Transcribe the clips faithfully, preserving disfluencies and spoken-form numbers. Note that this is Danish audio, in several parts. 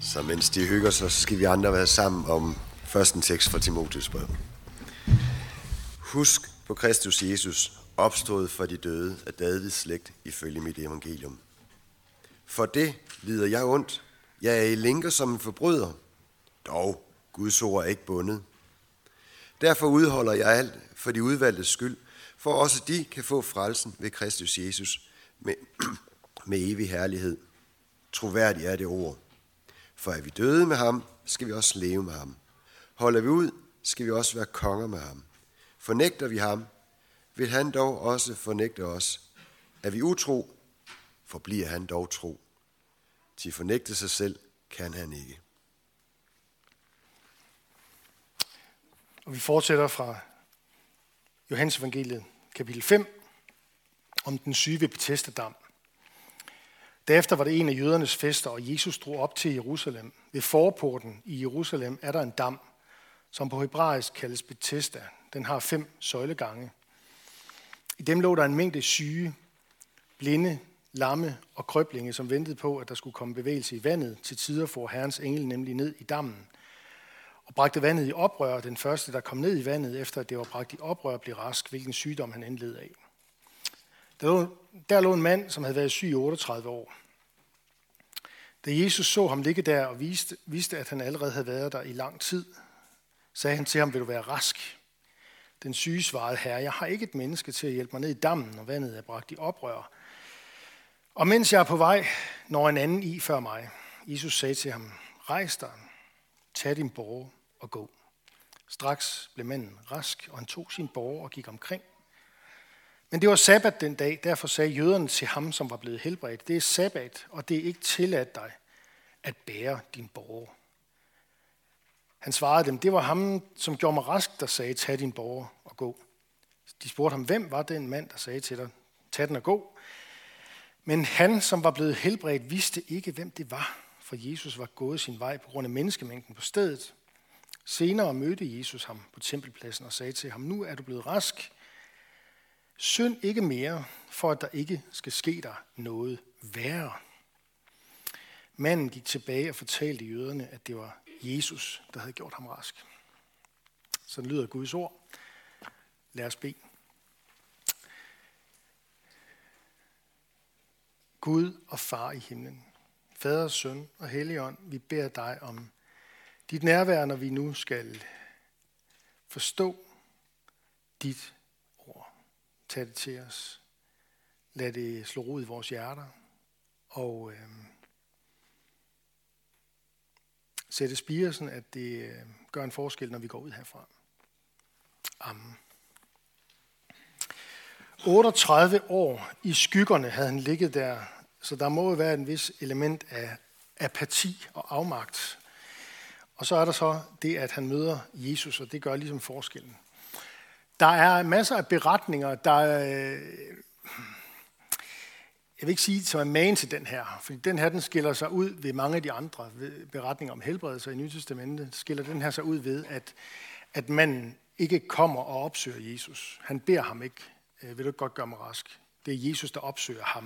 Så mens de hygger sig, så skal vi andre være sammen om først en tekst fra Timotheus brev. Husk på Kristus Jesus, opstået fra de døde af Davids slægt ifølge mit evangelium. For det lider jeg ondt. Jeg er i lænker som en forbryder. Dog, Guds ord er ikke bundet. Derfor udholder jeg alt for de udvalgtes skyld, for også de kan få frelsen ved Kristus Jesus med, med evig herlighed. Troværdigt er det ord. For er vi døde med ham, skal vi også leve med ham. Holder vi ud, skal vi også være konger med ham. Fornægter vi ham, vil han dog også fornægte os. Er vi utro, forbliver han dog tro. Til fornægte sig selv kan han ikke. Og vi fortsætter fra Johannes evangeliet, kapitel fem, om den syge ved Betesda-dam. Derefter var det en af jødernes fester, og Jesus drog op til Jerusalem. Ved forporten i Jerusalem er der en dam, som på hebraisk kaldes Betesda. Den har fem søjlegange. I dem lå der en mængde syge, blinde, lamme og krøblinge, som ventede på, at der skulle komme bevægelse i vandet. Til tider for Herrens engel nemlig ned i dammen og bragte vandet i oprør. Den første, der kom ned i vandet, efter at det var bragt i oprør, blev rask, hvilken sygdom han indled af. Der lå, der lå en mand, som havde været syg i otteogtredive år. Da Jesus så ham ligge der og viste, viste, at han allerede havde været der i lang tid, sagde han til ham, vil du være rask? Den syge svarede, herre, jeg har ikke et menneske til at hjælpe mig ned i dammen, når vandet er bragt i oprør. Og mens jeg er på vej, når en anden i før mig. Jesus sagde til ham, rejs dig, tag din båre og gå. Straks blev manden rask, og han tog sin båre og gik omkring. Men det var sabbat den dag, derfor sagde jøderne til ham, som var blevet helbredt, det er sabbat, og det er ikke tilladt dig at bære din båre. Han svarede dem, det var ham, som gjorde mig rask, der sagde, tag din båre og gå. De spurgte ham, hvem var den mand, der sagde til dig, tag den og gå? Men han, som var blevet helbredt, vidste ikke, hvem det var, for Jesus var gået sin vej på grund af menneskemængden på stedet. Senere mødte Jesus ham på tempelpladsen og sagde til ham, nu er du blevet rask. Synd ikke mere, for at der ikke skal ske dig noget værre. Manden gik tilbage og fortalte jøderne, at det var Jesus, der havde gjort ham rask. Sådan lyder Guds ord. Lad os bede. Gud og far i himlen, Fader, Søn og Helligånd, vi beder dig om dit nærvær, når vi nu skal forstå dit ord. Tag det til os. Lad det slå rod i vores hjerter. Og øh, sætte spire, sådan at det øh, gør en forskel, når vi går ud herfra. Amen. otteogtredive år i skyggerne havde han ligget der, så der må jo være en vis element af apati og afmagt. Og så er der så det, at han møder Jesus, og det gør ligesom forskellen. Der er masser af beretninger, der øh, jeg vil ikke sige, som er magen til den her, fordi den her, den skiller sig ud ved mange af de andre beretninger om helbredelse i Nye Testamentet, skiller den her sig ud ved, at, at manden ikke kommer og opsøger Jesus. Han beder ham ikke, vil du ikke godt gøre mig rask? Det er Jesus, der opsøger ham.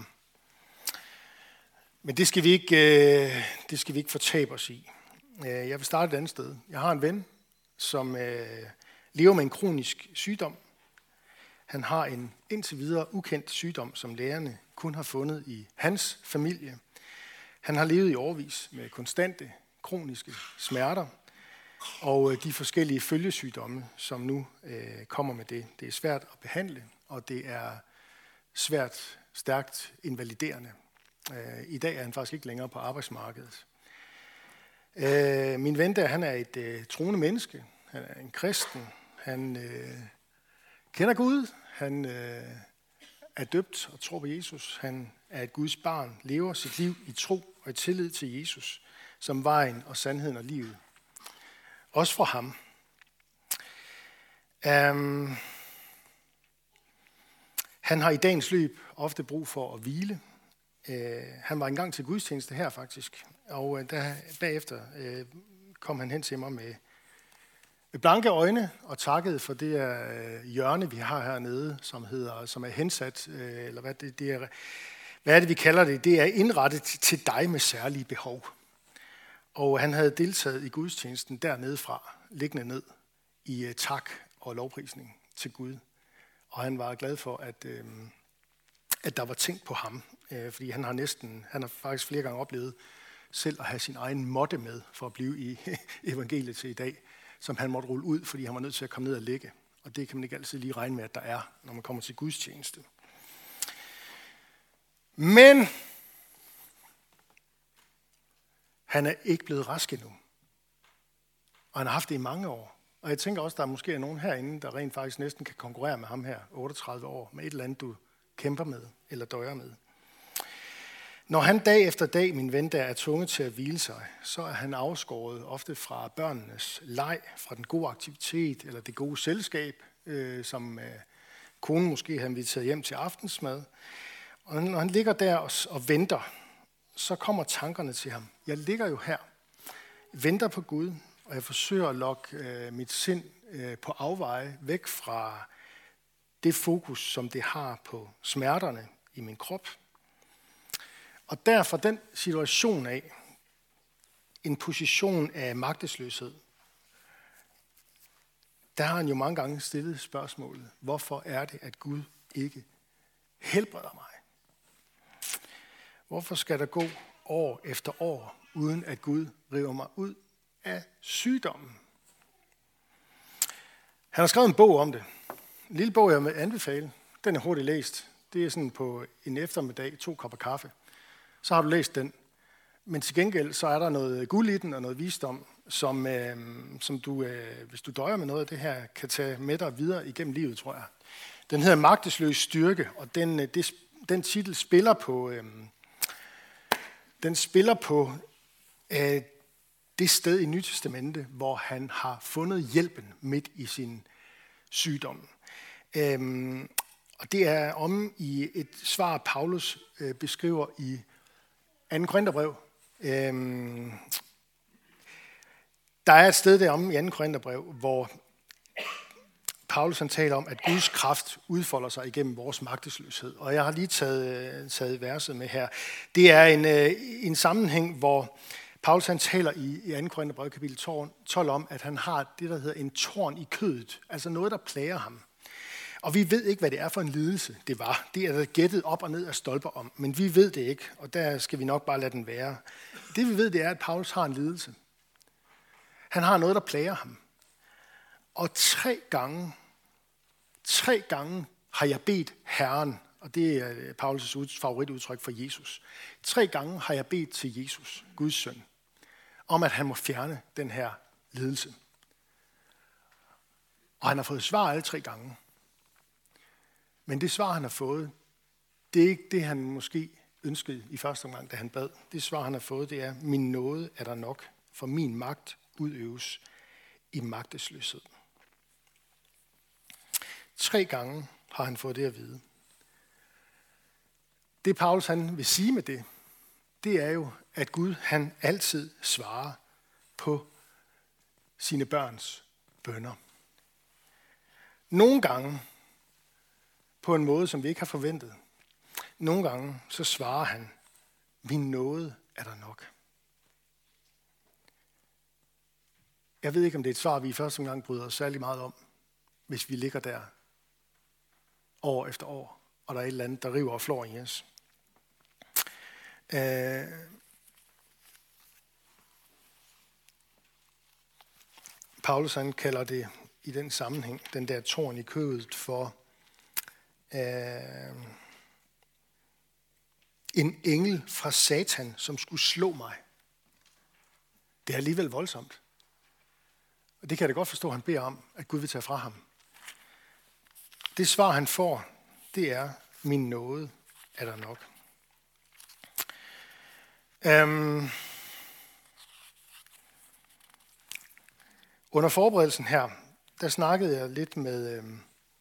Men det skal vi ikke, det skal vi ikke fortabe os i. Jeg vil starte et andet sted. Jeg har en ven, som lever med en kronisk sygdom. Han har en indtil videre ukendt sygdom, som lægerne kun har fundet i hans familie. Han har levet i årevis med konstante, kroniske smerter, og de forskellige følgesygdomme, som nu øh, kommer med det. Det er svært at behandle, og det er svært, stærkt invaliderende. Øh, I dag er han faktisk ikke længere på arbejdsmarkedet. Øh, min ven der, han er et øh, troende menneske. Han er en kristen. Han øh, kender Gud. Han øh, er døbt og tror på Jesus. Han er et Guds barn, lever sit liv i tro og i tillid til Jesus, som vejen og sandheden og livet. Også for ham. Um, han har i dagens løb ofte brug for at hvile. Uh, han var engang til gudstjeneste her faktisk, og uh, der, bagefter uh, kom han hen til mig med, med blanke øjne og takkede for det uh, hjørne, vi har hernede, som hedder, som er hensat, uh, eller hvad det, det er, hvad er det, vi kalder det? Det er indrettet til dig med særlige behov. Og han havde deltaget i gudstjenesten dernede fra, liggende ned i uh, tak og lovprisning til Gud. Og han var glad for, at, øh, at der var tænkt på ham, øh, fordi han har næsten, han har faktisk flere gange oplevet selv at have sin egen måtte med for at blive i evangeliet til i dag, som han måtte rulle ud, fordi han var nødt til at komme ned og ligge. Og det kan man ikke altid lige regne med, at der er, når man kommer til gudstjeneste. Men han er ikke blevet rask endnu. Og han har haft det i mange år. Og jeg tænker også, der er måske nogen herinde, der rent faktisk næsten kan konkurrere med ham her, otteogtredive år, med et eller andet, du kæmper med eller døjer med. Når han dag efter dag, min ven, der er tvunget til at hvile sig, så er han afskåret ofte fra børnenes leg, fra den gode aktivitet eller det gode selskab, øh, som øh, konen måske har inviteret hjem til aftensmad. Og når han ligger der og, og venter, så kommer tankerne til ham. Jeg ligger jo her, venter på Gud, og jeg forsøger at lokke øh, mit sind øh, på afveje væk fra det fokus, som det har på smerterne i min krop. Og derfor den situation af, en position af magtesløshed, der har han jo mange gange stillet spørgsmålet, hvorfor er det, at Gud ikke helbreder mig? Hvorfor skal der gå år efter år, uden at Gud river mig ud af sygdommen? Han har skrevet en bog om det. En lille bog, jeg vil anbefale. Den er hurtigt læst. Det er sådan på en eftermiddag, to kopper kaffe. Så har du læst den. Men til gengæld, så er der noget guld i den og noget visdom, som, øh, som du, øh, hvis du døjer med noget af det her, kan tage med dig videre igennem livet, tror jeg. Den hedder Magtesløs styrke, og den, øh, det, den titel spiller på, øh, den spiller på øh, det sted i Nye Testamente, hvor han har fundet hjælpen midt i sin sygdom. Øh, og det er om i et svar, Paulus øh, beskriver i anden Korintherbrev. Øhm, der er et sted derom i anden Korintherbrev, hvor Paulus han taler om, at Guds kraft udfolder sig igennem vores magtesløshed. Og jeg har lige taget, taget verset med her. Det er en, en sammenhæng, hvor Paulus han taler i, i anden Korintherbrev kapitel tolv om, at han har det, der hedder en torn i kødet. Altså noget, der plager ham. Og vi ved ikke, hvad det er for en lidelse, det var. Det er der gættet op og ned af stolper om. Men vi ved det ikke, og der skal vi nok bare lade den være. Det vi ved, det er, at Paulus har en lidelse. Han har noget, der plager ham. Og tre gange, tre gange har jeg bedt Herren, og det er Paulus' favoritudtryk for Jesus. Tre gange har jeg bedt til Jesus, Guds søn, om at han må fjerne den her lidelse. Og han har fået svar alle tre gange. Men det svar, han har fået, det er ikke det, han måske ønskede i første omgang, da han bad. Det svar, han har fået, det er, min nåde er der nok, for min magt udøves i magtesløshed. Tre gange har han fået det at vide. Det Paulus han vil sige med det, det er jo, at Gud han altid svarer på sine børns bønner. Nogle gange på en måde, som vi ikke har forventet. Nogle gange så svarer han, min nåde er der nok. Jeg ved ikke, om det er et svar, vi i første omgang bryder os særlig meget om, hvis vi ligger der år efter år, og der er et eller andet, der river og flår i os. Øh, Paulus han kalder det i den sammenhæng, den der torn i kødet, for øh, en engel fra Satan, som skulle slå mig. Det er alligevel voldsomt. Og det kan jeg da godt forstå, at han beder om, at Gud vil tage fra ham. Det svar, han får, det er, min nåde er der nok. Øhm, under forberedelsen her, der snakkede jeg lidt med øhm,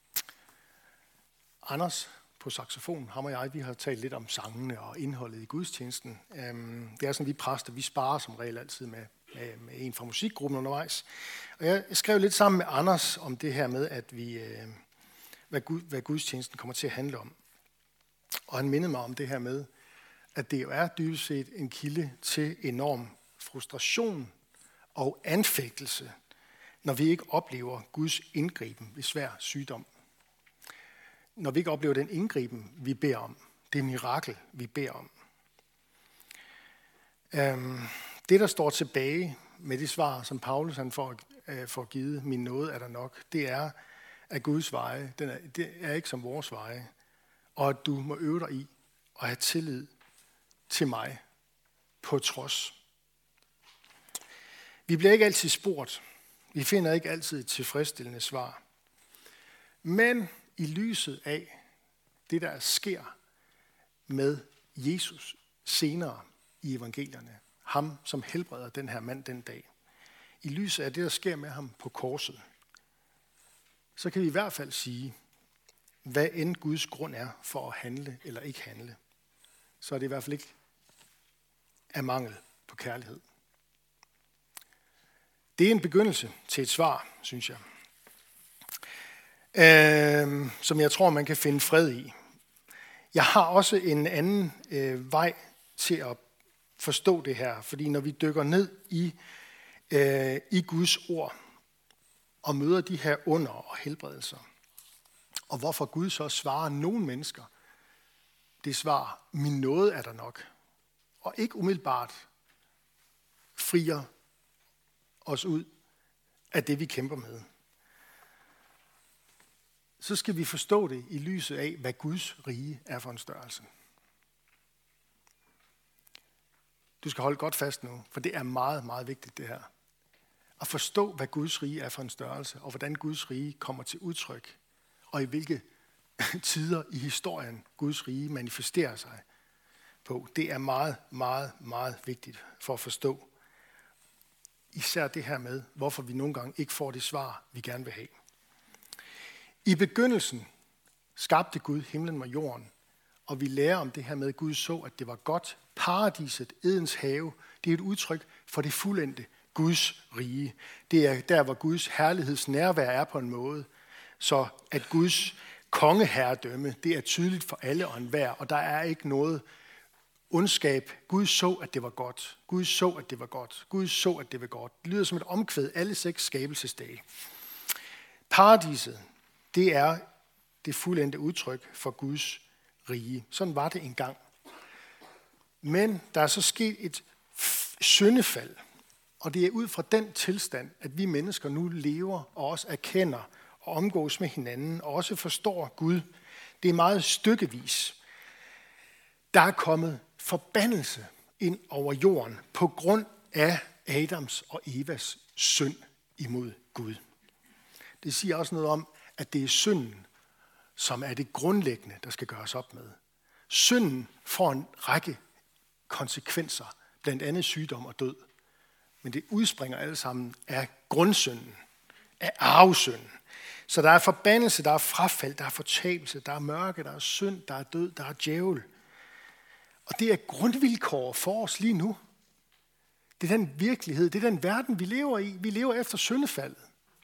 Anders på saxofon. Ham og jeg, vi har talt lidt om sangene og indholdet i gudstjenesten. Øhm, det er sådan, vi præster, vi sparer som regel altid med, med, med en fra musikgruppen undervejs. Og jeg skrev lidt sammen med Anders om det her med, at vi, øh, hvad, Gud, hvad gudstjenesten kommer til at handle om. Og han mindede mig om det her med, at det jo er dybest set en kilde til enorm frustration og anfægtelse, når vi ikke oplever Guds indgriben ved svær sygdom. Når vi ikke oplever den indgriben, vi beder om. Det mirakel, vi beder om. Øhm, det, der står tilbage med det svar, som Paulus han får, øh, får givet, min nåde er der nok, det er, at Guds veje, den er, det er ikke som vores veje, og at du må øve dig i at have tillid til mig på trods. Vi bliver ikke altid spurgt. Vi finder ikke altid et tilfredsstillende svar. Men i lyset af det, der sker med Jesus senere i evangelierne, ham som helbreder den her mand den dag, i lyset af det, der sker med ham på korset, så kan vi i hvert fald sige, hvad end Guds grund er for at handle eller ikke handle, så er det i hvert fald ikke af mangel på kærlighed. Det er en begyndelse til et svar, synes jeg, øh, som jeg tror, man kan finde fred i. Jeg har også en anden øh, vej til at forstå det her, fordi når vi dykker ned i, øh, i Guds ord og møder de her under og helbredelser, og hvorfor Gud så svarer nogle mennesker, det svar, min nåde er der nok, og ikke umiddelbart frier os ud af det, vi kæmper med, så skal vi forstå det i lyset af, hvad Guds rige er for en størrelse. Du skal holde godt fast nu, for det er meget, meget vigtigt det her. At forstå, hvad Guds rige er for en størrelse, og hvordan Guds rige kommer til udtryk, og i hvilke tider i historien Guds rige manifesterer sig på. Det er meget, meget, meget vigtigt for at forstå. Især det her med, hvorfor vi nogle gange ikke får det svar, vi gerne vil have. I begyndelsen skabte Gud himlen og jorden, og vi lærer om det her med, at Gud så, at det var godt. Paradiset, Edens have, det er et udtryk for det fuldendte Guds rige. Det er der, hvor Guds herligheds nærvær er på en måde, så at Guds kongeherredømme, det er tydeligt for alle og enhver, og der er ikke noget ondskab. Gud så, at det var godt. Gud så, at det var godt. Gud så, at det var godt. Det lyder som et omkvæd alle seks skabelsesdage. Paradiset, det er det fuldendte udtryk for Guds rige. Sådan var det engang. Men der er så sket et syndefald, og det er ud fra den tilstand, at vi mennesker nu lever og også erkender og omgås med hinanden og også forstår Gud. Det er meget stykkevis. Der er kommet forbandelse ind over jorden på grund af Adams og Evas synd imod Gud. Det siger også noget om, at det er synden, som er det grundlæggende, der skal gøres op med. Synden får en række konsekvenser, blandt andet sygdom og død. Men det udspringer alle sammen af grundsynden, af arvesynden. Så der er forbandelse, der er frafald, der er fortabelse, der er mørke, der er synd, der er død, der er djævel. Og det er grundvilkår for os lige nu. Det er den virkelighed, det er den verden, vi lever i. Vi lever efter syndefaldet.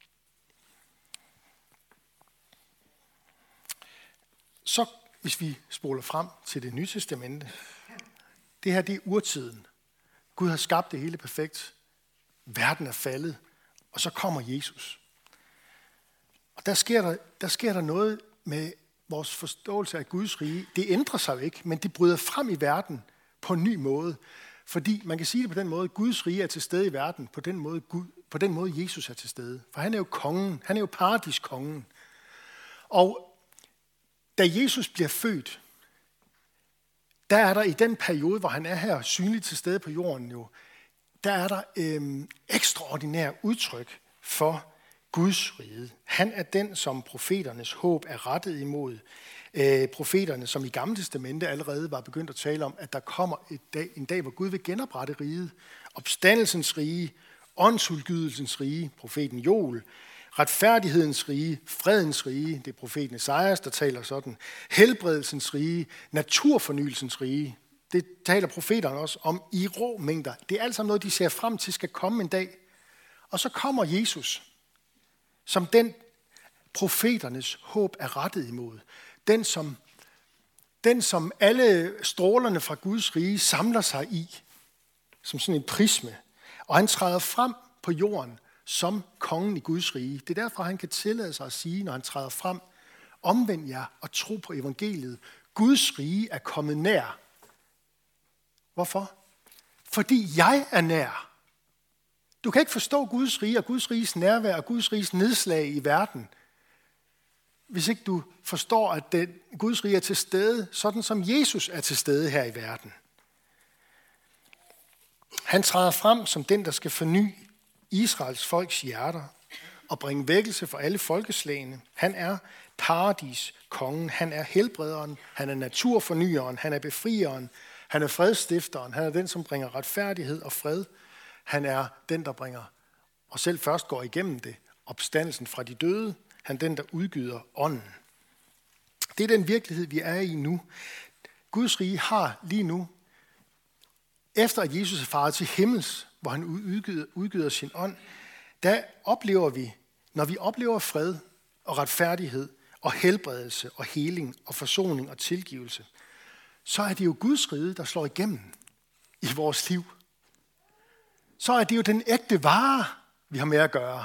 Så hvis vi spoler frem til Det Nye Testamente, det her det er urtiden. Gud har skabt det hele perfekt. Verden er faldet, og så kommer Jesus. Og der sker der, der sker der noget med vores forståelse af Guds rige. Det ændrer sig jo ikke, men det bryder frem i verden på en ny måde. Fordi man kan sige det på den måde, at Guds rige er til stede i verden, på den måde, Gud, på den måde Jesus er til stede. For han er jo kongen, han er jo paradiskongen. Og da Jesus bliver født, der er der i den periode, hvor han er her synligt til stede på jorden jo, der er der øhm, ekstraordinære udtryk for Guds rige. Han er den, som profeternes håb er rettet imod. Øh, profeterne, som i Gamle Testamente allerede var begyndt at tale om, at der kommer et dag, en dag, hvor Gud vil genoprette riget. Opstandelsens rige, åndsudgydelsens rige, profeten Joel, retfærdighedens rige, fredens rige, det er profeten Esajas, der taler sådan, helbredelsens rige, naturfornyelsens rige, det taler profeterne også om i rå mængder. Det er alt sammen noget, de ser frem til, skal komme en dag. Og så kommer Jesus, som den profeternes håb er rettet imod. Den som, den, som alle strålerne fra Guds rige samler sig i, som sådan en prisme. Og han træder frem på jorden som kongen i Guds rige. Det er derfor, han kan tillade sig at sige, når han træder frem, omvend jer og tro på evangeliet. Guds rige er kommet nær. Hvorfor? Fordi jeg er nær. Du kan ikke forstå Guds rige og Guds riges nærvær og Guds riges nedslag i verden, hvis ikke du forstår, at det, Guds rige er til stede, sådan som Jesus er til stede her i verden. Han træder frem som den, der skal forny Israels folks hjerter og bringe vækkelse for alle folkeslagene. Han er paradiskongen, han er helbrederen, han er naturfornyeren, han er befrieren, han er fredsstifteren, han er den, som bringer retfærdighed og fred. Han er den, der bringer, og selv først går igennem det, opstandelsen fra de døde. Han er den, der udgyder ånden. Det er den virkelighed, vi er i nu. Guds rige har lige nu, efter at Jesus er faret til himmels, hvor han udgyder, udgyder sin ånd, der oplever vi, når vi oplever fred og retfærdighed og helbredelse og heling og forsoning og tilgivelse, så er det jo Guds rige, der slår igennem i vores liv. Så er det jo den ægte vare, vi har med at gøre.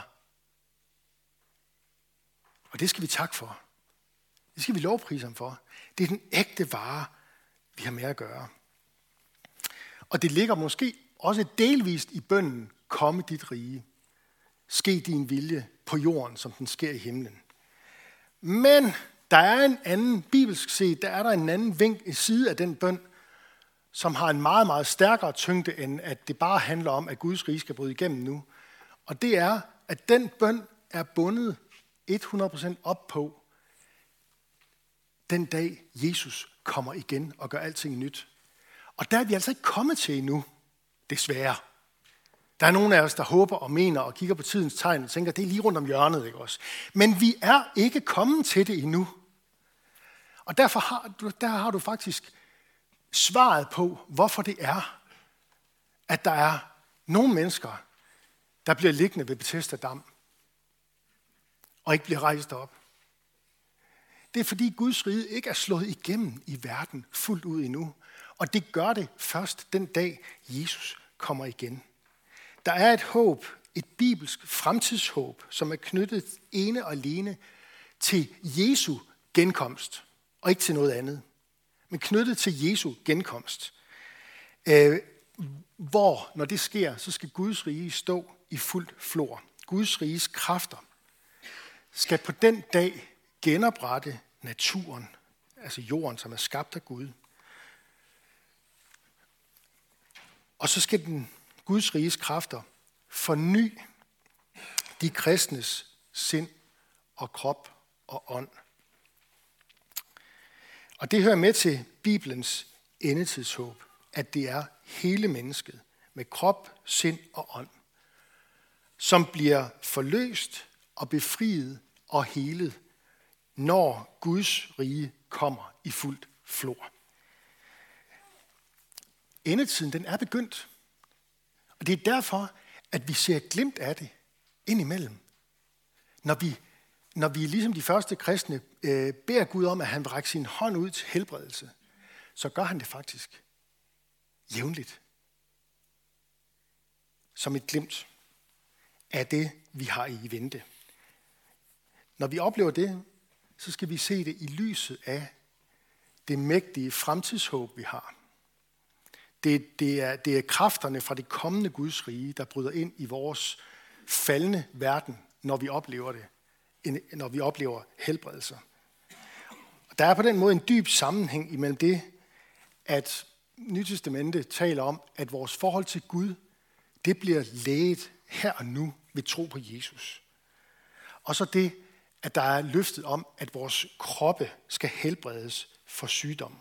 Og det skal vi takke for. Det skal vi lovprise ham for. Det er den ægte vare, vi har med at gøre. Og det ligger måske også delvist i bønnen, komme dit rige. Ske din vilje på jorden, som den sker i himlen. Men der er en anden, bibelsk set, der er der en anden vink i side af den bøn, som har en meget, meget stærkere tyngde, end at det bare handler om, at Guds rige skal bryde igennem nu. Og det er, at den bøn er bundet hundrede procent op på den dag, Jesus kommer igen og gør alting nyt. Og der er vi altså ikke kommet til endnu, desværre. Der er nogle af os, der håber og mener og kigger på tidens tegn og tænker, det er lige rundt om hjørnet, ikke også? Men vi er ikke kommet til det endnu. Og derfor har du, der har du faktisk svaret på, hvorfor det er, at der er nogle mennesker, der bliver liggende ved Betesda Dam og ikke bliver rejst op. Det er fordi Guds rige ikke er slået igennem i verden fuldt ud endnu. Og det gør det først den dag, Jesus kommer igen. Der er et håb, et bibelsk fremtidshåb, som er knyttet ene og alene til Jesu genkomst, og ikke til noget andet. Men knyttet til Jesu genkomst. Øh, hvor, når det sker, så skal Guds rige stå i fuldt flor. Guds riges kræfter skal på den dag genoprette naturen, altså jorden, som er skabt af Gud. Og så skal den Guds riges kræfter forny de kristnes sind og krop og ånd. Og det hører med til Bibelens endetidshåb, at det er hele mennesket med krop, sind og ånd, som bliver forløst og befriet og helet, når Guds rige kommer i fuldt flor. Endetiden, den er begyndt. Og det er derfor, at vi ser glimt af det indimellem. Når vi, når vi ligesom de første kristne øh, beder Gud om, at han vil række sin hånd ud til helbredelse, så gør han det faktisk jævnligt. Som et glimt af det, vi har i vente. Når vi oplever det, så skal vi se det i lyset af det mægtige fremtidshåb, vi har. Det, det, er, det er kræfterne fra det kommende Guds rige, der bryder ind i vores faldne verden, når vi oplever det, når vi oplever helbredelser. Der er på den måde en dyb sammenhæng imellem det, at Nytestamentet taler om, at vores forhold til Gud, det bliver læget her og nu ved tro på Jesus. Og så det, at der er løftet om, at vores kroppe skal helbredes for sygdom.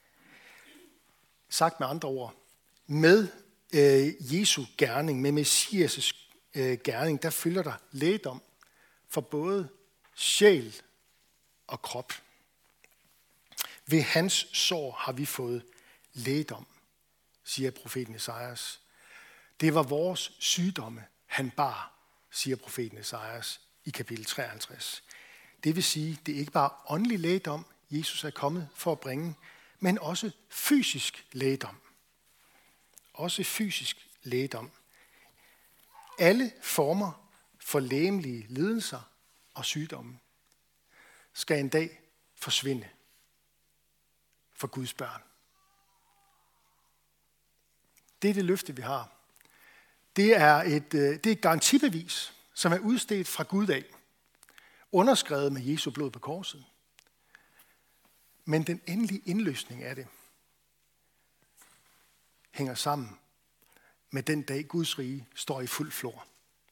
Sagt med andre ord, med øh, Jesu gerning, med Messias' øh, gerning, der følger der lægedom for både sjæl og krop. Ved hans sår har vi fået lægedom, siger profeten Esajas. Det var vores sygdomme, han bar, siger profeten Esajas i kapitel treoghalvtreds. Det vil sige, det er ikke bare åndelig lægedom, Jesus er kommet for at bringe, men også fysisk lægedom. Også fysisk lægedom. alle former for legemlige lidelser og sygdomme skal en dag forsvinde for Guds børn. Det er det løfte, vi har. Det er et, det er et garantibevis, som er udstedt fra Gud af, underskrevet med Jesu blod på korset. Men den endelige indløsning af det hænger sammen med den dag, Guds rige står i fuld flor.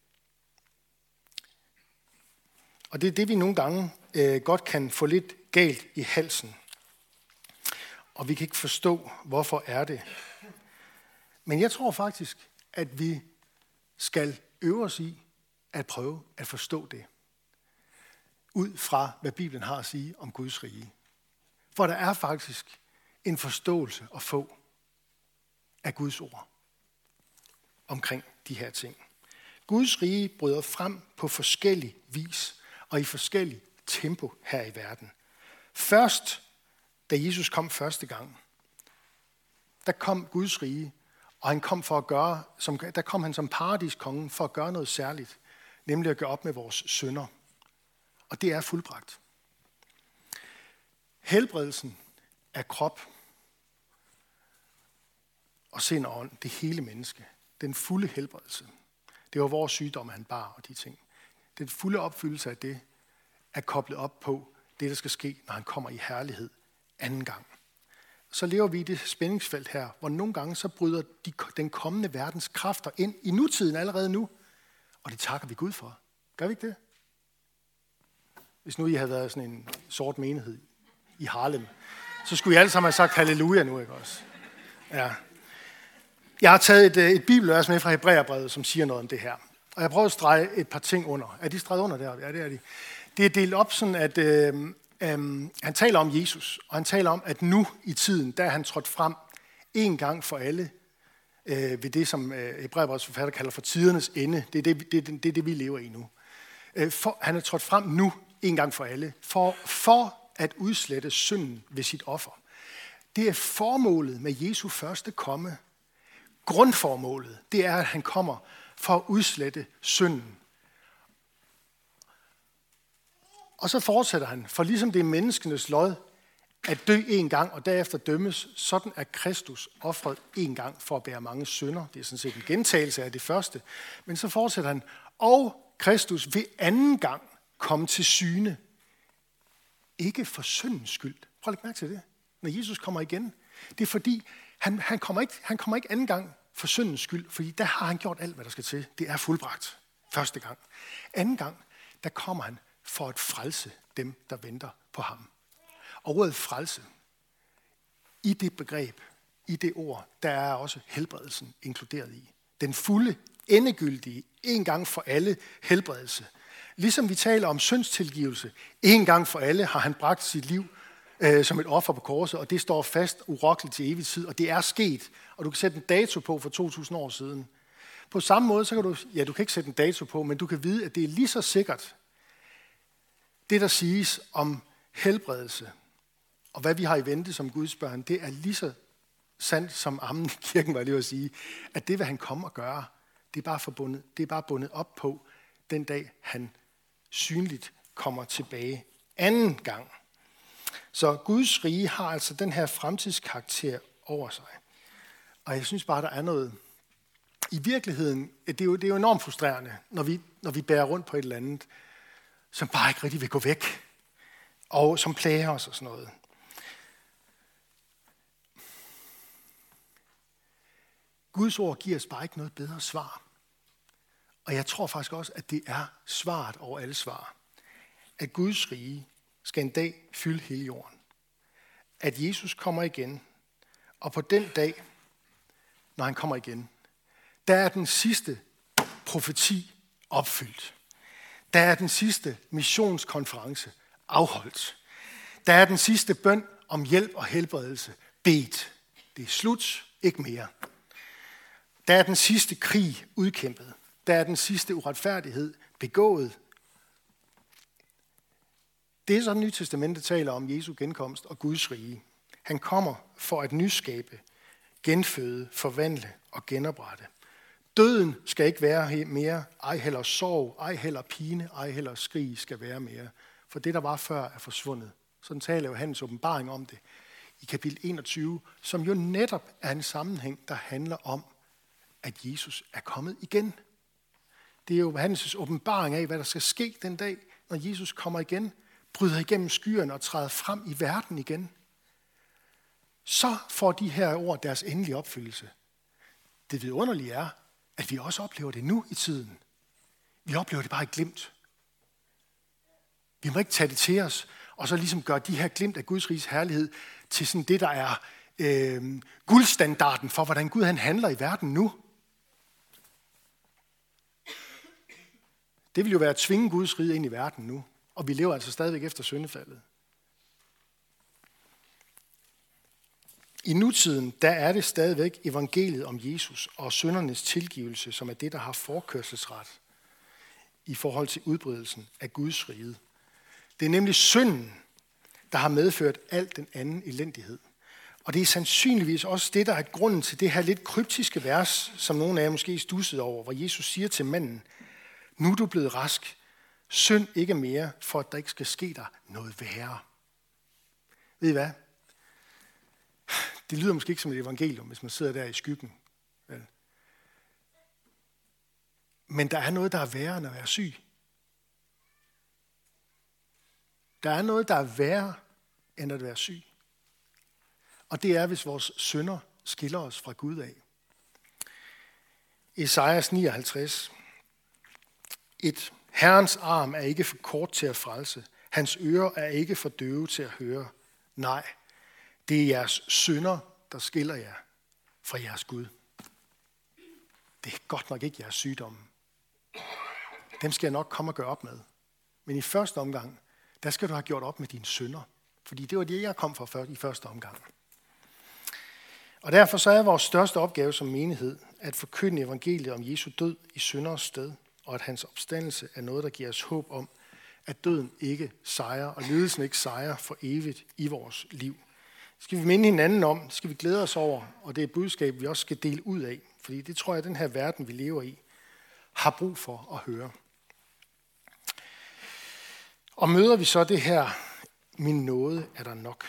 Og det er det, vi nogle gange øh, godt kan få lidt galt i halsen. Og vi kan ikke forstå, hvorfor er det. Men jeg tror faktisk, at vi skal øve os i at prøve at forstå det. Ud fra, hvad Bibelen har at sige om Guds rige. For der er faktisk en forståelse at få af Guds ord omkring de her ting. Guds rige bryder frem på forskellig vis og i forskellig tempo her i verden. Først, da Jesus kom første gang, der kom Guds rige, og han kom for at gøre, som, der kom han som paradiskongen for at gøre noget særligt, nemlig at gøre op med vores synder. Og det er fuldbragt. Helbredelsen af krop og sind og ånd, det hele menneske, den fulde helbredelse, det var vores sygdomme, han bar og de ting. Den fulde opfyldelse af det er koblet op på det, der skal ske, når han kommer i herlighed anden gang. Så lever vi i det spændingsfelt her, hvor nogle gange så bryder de, den kommende verdens kræfter ind i nutiden allerede nu. Og det takker vi Gud for. Gør vi ikke det? Hvis nu I havde været sådan en sort menighed i Harlem, så skulle I alle sammen have sagt halleluja nu, ikke også? Ja. Jeg har taget et, et bibelvers med fra Hebræerbrevet, som siger noget om det her. Og jeg prøver at strege et par ting under. Er de streget under der? Ja, det er de. Det er delt op sådan, at øh, øh, han taler om Jesus, og han taler om, at nu i tiden, der er han trådt frem en gang for alle øh, ved det, som øh, Hebræerbrevets forfatter kalder for tidernes ende. Det er det, det, det, det, det vi lever i nu. Øh, for, han er trådt frem nu en gang for alle, for, for at udslette synden ved sit offer. Det er formålet med Jesu første komme. Grundformålet, det er, at han kommer for at udslette synden. Og så fortsætter han, for ligesom det er menneskenes lod at dø en gang og derefter dømmes, sådan er Kristus ofret en gang for at bære mange synder. Det er sådan set en gentagelse af det første. Men så fortsætter han, og Kristus vil anden gang komme til syne. Ikke for syndens skyld. Prøv at lægge mærke til det. Når Jesus kommer igen. Det er fordi, han, han, kommer ikke, han kommer ikke anden gang for syndens skyld, fordi der har han gjort alt, hvad der skal til. Det er fuldbragt. Første gang. Anden gang, der kommer han for at frelse dem, der venter på ham. Og ordet frelse, i det begreb, i det ord, der er også helbredelsen inkluderet i. Den fulde, endegyldige, en gang for alle helbredelse. Ligesom vi taler om syndstilgivelse, en gang for alle har han bragt sit liv øh, som et offer på korset, og det står fast urokkeligt til evig tid, og det er sket, og du kan sætte en dato på for to tusind år siden. På samme måde, så kan du, ja, du kan ikke sætte en dato på, men du kan vide, at det er lige så sikkert, det der siges om helbredelse, og hvad vi har i vente som Guds børn, det er lige så sandt som ammen i kirken, var lige at sige, at det vil han komme og gøre, det er bare forbundet, det er bare bundet op på den dag, han synligt kommer tilbage anden gang. Så Guds rige har altså den her fremtidskarakter over sig. Og jeg synes bare, der er noget. I virkeligheden, det er jo, det er jo enormt frustrerende, når vi, når vi bærer rundt på et eller andet, som bare ikke rigtig vil gå væk, og som plager os og sådan noget. Guds ord giver os bare ikke noget bedre svar. Og jeg tror faktisk også, at det er svaret over alle svar. At Guds rige skal en dag fylde hele jorden. At Jesus kommer igen, og på den dag, når han kommer igen, der er den sidste profeti opfyldt. Der er den sidste missionskonference afholdt. Der er den sidste bøn om hjælp og helbredelse bedt. Det er slut, ikke mere. Der er den sidste krig udkæmpet. Der er den sidste uretfærdighed begået. Det er så det Nye Testamente taler om Jesu genkomst og Guds rige. Han kommer for at nyskabe, genføde, forvandle og genoprette. Døden skal ikke være mere, ej heller sorg, ej heller pine, ej heller skrig skal være mere. For det, der var før, er forsvundet. Sådan taler Johannes åbenbaring om det i kapitel enogtyve, som jo netop er en sammenhæng, der handler om, at Jesus er kommet igen. Det er jo Johannes' åbenbaring af, hvad der skal ske den dag, når Jesus kommer igen, bryder igennem skyerne og træder frem i verden igen. Så får de her ord deres endelige opfyldelse. Det vidunderlige er, at vi også oplever det nu i tiden. Vi oplever det bare i glimt. Vi må ikke tage det til os, og så ligesom gøre de her glimt af Guds riges herlighed til sådan det, der er øh, guldstandarden for, hvordan Gud han handler i verden nu. Det vil jo være at tvinge Guds rige ind i verden nu, og vi lever altså stadigvæk efter syndefaldet. I nutiden, der er det stadigvæk evangeliet om Jesus og syndernes tilgivelse, som er det, der har forkørselsret i forhold til udbredelsen af Guds rige. Det er nemlig synden, der har medført al den anden elendighed. Og det er sandsynligvis også det, der er grunden til det her lidt kryptiske vers, som nogle af jer måske stussede over, hvor Jesus siger til manden, nu er du blevet rask, synd ikke mere, for at der ikke skal ske dig noget værre. Ved I hvad? Det lyder måske ikke som et evangelium, hvis man sidder der i skyggen. Vel? Men der er noget, der er værre end at være syg. Der er noget, der er værre end at være syg. Og det er, hvis vores synder skiller os fra Gud af. Esajas nioghalvtreds. et. Herrens arm er ikke for kort til at frelse. Hans ører er ikke for døve til at høre. Nej, det er jeres synder, der skiller jer fra jeres Gud. Det er godt nok ikke jeres sygdomme. Dem skal jeg nok komme og gøre op med. Men i første omgang, der skal du have gjort op med dine synder. Fordi det var det, jeg kom fra i første omgang. Og derfor så er vores største opgave som menighed at forkynde evangeliet om Jesu død i synders sted, og at hans opstandelse er noget, der giver os håb om, at døden ikke sejrer, og lidelsen ikke sejrer for evigt i vores liv. Det skal vi minde hinanden om, det skal vi glæde os over, og det er et budskab, vi også skal dele ud af, fordi det tror jeg, at den her verden, vi lever i, har brug for at høre. Og møder vi så det her, min nåde er der nok,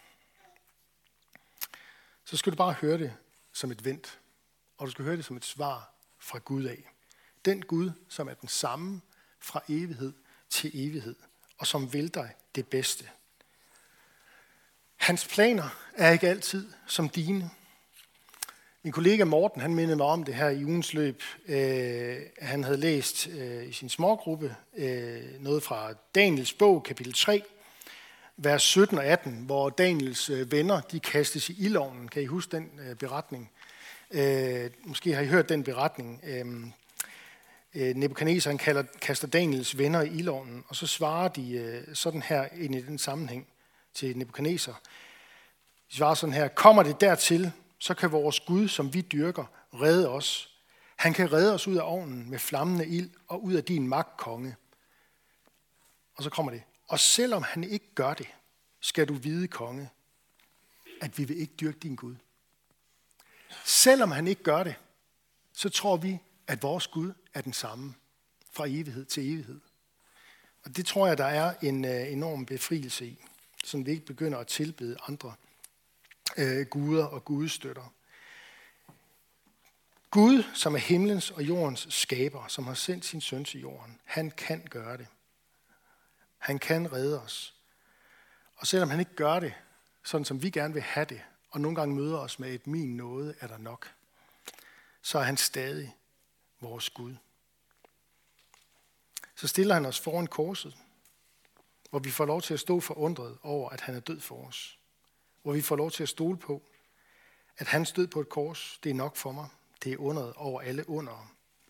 så skal du bare høre det som et vent, og du skal høre det som et svar fra Gud af. Den Gud, som er den samme fra evighed til evighed, og som vil dig det bedste. Hans planer er ikke altid som dine. Min kollega Morten, han mindede mig om det her i ugens løb. Øh, han havde læst øh, i sin smågruppe øh, noget fra Daniels bog, kapitel tre, vers sytten og atten, hvor Daniels øh, venner, de kastes i ildovnen. Kan I huske den øh, beretning? Øh, måske har I hørt den beretning. Øh, øh, Nebukadnesar kalder, kaster Daniels venner i ildovnen, og så svarer de øh, sådan her ind i den sammenhæng til Nebukadnesar. De svarer sådan her, kommer det dertil, så kan vores Gud, som vi dyrker, redde os. Han kan redde os ud af ovnen med flammende ild og ud af din magt, konge. Og så kommer det. Og selvom han ikke gør det, skal du vide, konge, at vi vil ikke dyrke din Gud. Selvom han ikke gør det, så tror vi, at vores Gud er den samme fra evighed til evighed. Og det tror jeg, der er en enorm befrielse i, så vi ikke begynder at tilbede andre øh, guder og gudstøtter. Gud, som er himlens og jordens skaber, som har sendt sin søn til jorden, han kan gøre det. Han kan redde os. Og selvom han ikke gør det, sådan som vi gerne vil have det, og nogle gange møder os med et min nåde er der nok, så er han stadig vores Gud. Så stiller han os foran korset, hvor vi får lov til at stå forundret over, at han er død for os. Hvor vi får lov til at stole på, at hans død på et kors, det er nok for mig. Det er underet over alle undere.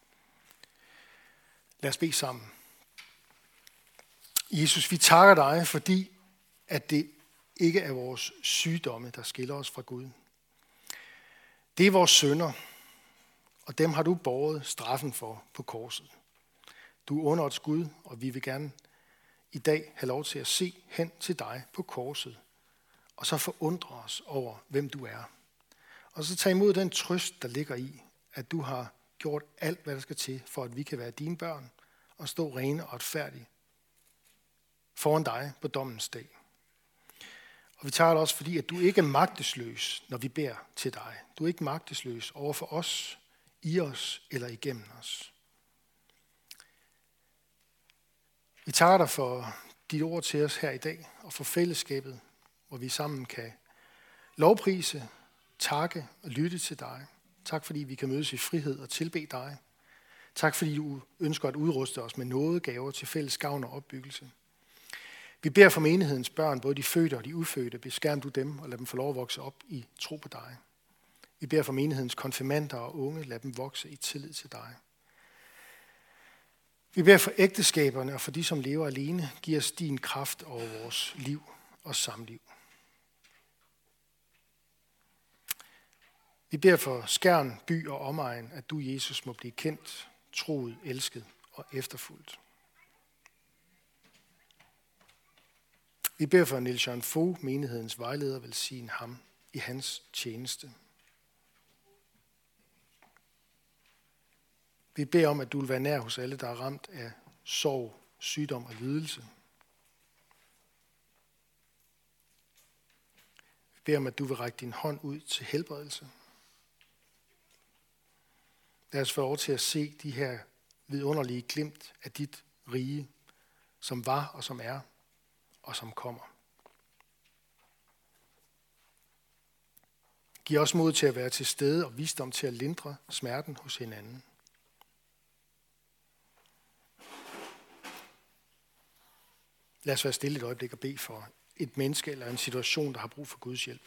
Lad os bede sammen. Jesus, vi takker dig, fordi at det ikke er vores sygdomme, der skiller os fra Gud. Det er vores synder, og dem har du båret straffen for på korset. Du er underets Gud, og vi vil gerne i dag have lov til at se hen til dig på korset, og så forundre os over, hvem du er. Og så tage imod den trøst, der ligger i, at du har gjort alt, hvad der skal til, for at vi kan være dine børn og stå rene og retfærdige foran dig på dommens dag. Og vi tager det også, fordi at du ikke er magtesløs, når vi beder til dig. Du er ikke magtesløs over for os, i os eller igennem os. Vi tager dig for dit ord til os her i dag, og for fællesskabet, hvor vi sammen kan lovprise, takke og lytte til dig. Tak fordi vi kan mødes i frihed og tilbede dig. Tak fordi du ønsker at udruste os med nådegaver til fælles gavn og opbyggelse. Vi beder for menighedens børn, både de fødte og de ufødte. Beskærm du dem og lad dem få lov at vokse op i tro på dig. Vi beder for menighedens konfirmander og unge. Lad dem vokse i tillid til dig. Vi beder for ægteskaberne og for de, som lever alene. Giv os din kraft over vores liv og samliv. Vi beder for Skjern, by og omegn, at du, Jesus, må blive kendt, troet, elsket og efterfulgt. Vi beder for Niels Jørgen Fogh, menighedens vejleder, velsign ham i hans tjeneste. Vi beder om, at du vil være nær hos alle, der er ramt af sorg, sygdom og lidelse. Vi beder om, at du vil række din hånd ud til helbredelse. Lad os få lov til at se de her vidunderlige glimt af dit rige, som var og som er og som kommer. Giv os mod til at være til stede og visdom til at lindre smerten hos hinanden. Lad os være stille et øjeblik og bede for et menneske eller en situation, der har brug for Guds hjælp.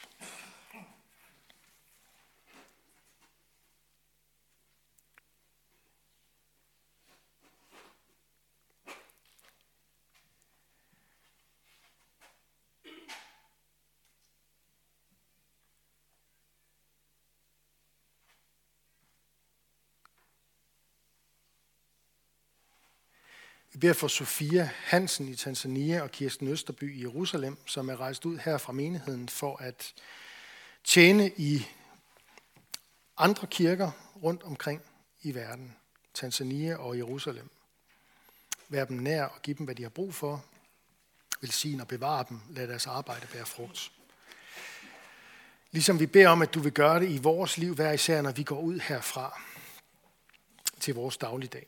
Vi beder for Sofia Hansen i Tanzania og Kirsten Østerby i Jerusalem, som er rejst ud her fra menigheden for at tjene i andre kirker rundt omkring i verden. Tanzania og Jerusalem. Vær dem nær og giv dem, hvad de har brug for. Velsign og bevare dem. Lad deres arbejde bære frugt. Ligesom vi beder om, at du vil gøre det i vores liv, hver især når vi går ud herfra til vores dagligdag.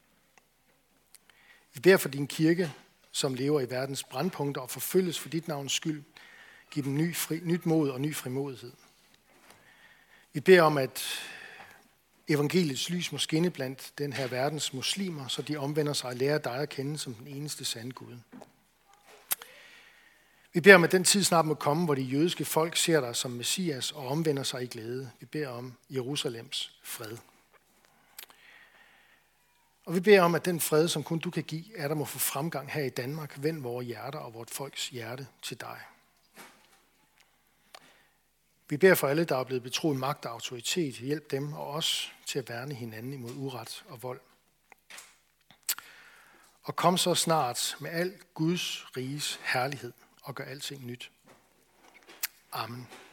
Vi beder for din kirke, som lever i verdens brandpunkter og forfølges for dit navns skyld. Giv dem ny fri, nyt mod og ny frimodighed. Vi beder om, at evangeliets lys må skinne blandt den her verdens muslimer, så de omvender sig og lærer dig at kende som den eneste sande Gud. Vi beder om, at den tid snart må komme, hvor de jødiske folk ser dig som Messias og omvender sig i glæde. Vi beder om Jerusalems fred. Og vi beder om, at den fred, som kun du kan give, er der må få fremgang her i Danmark. Vend vores hjerter og vort folks hjerte til dig. Vi beder for alle, der er blevet betroet magt og autoritet. Hjælp dem og os til at værne hinanden imod uret og vold. Og kom så snart med al Guds riges herlighed og gør alting nyt. Amen.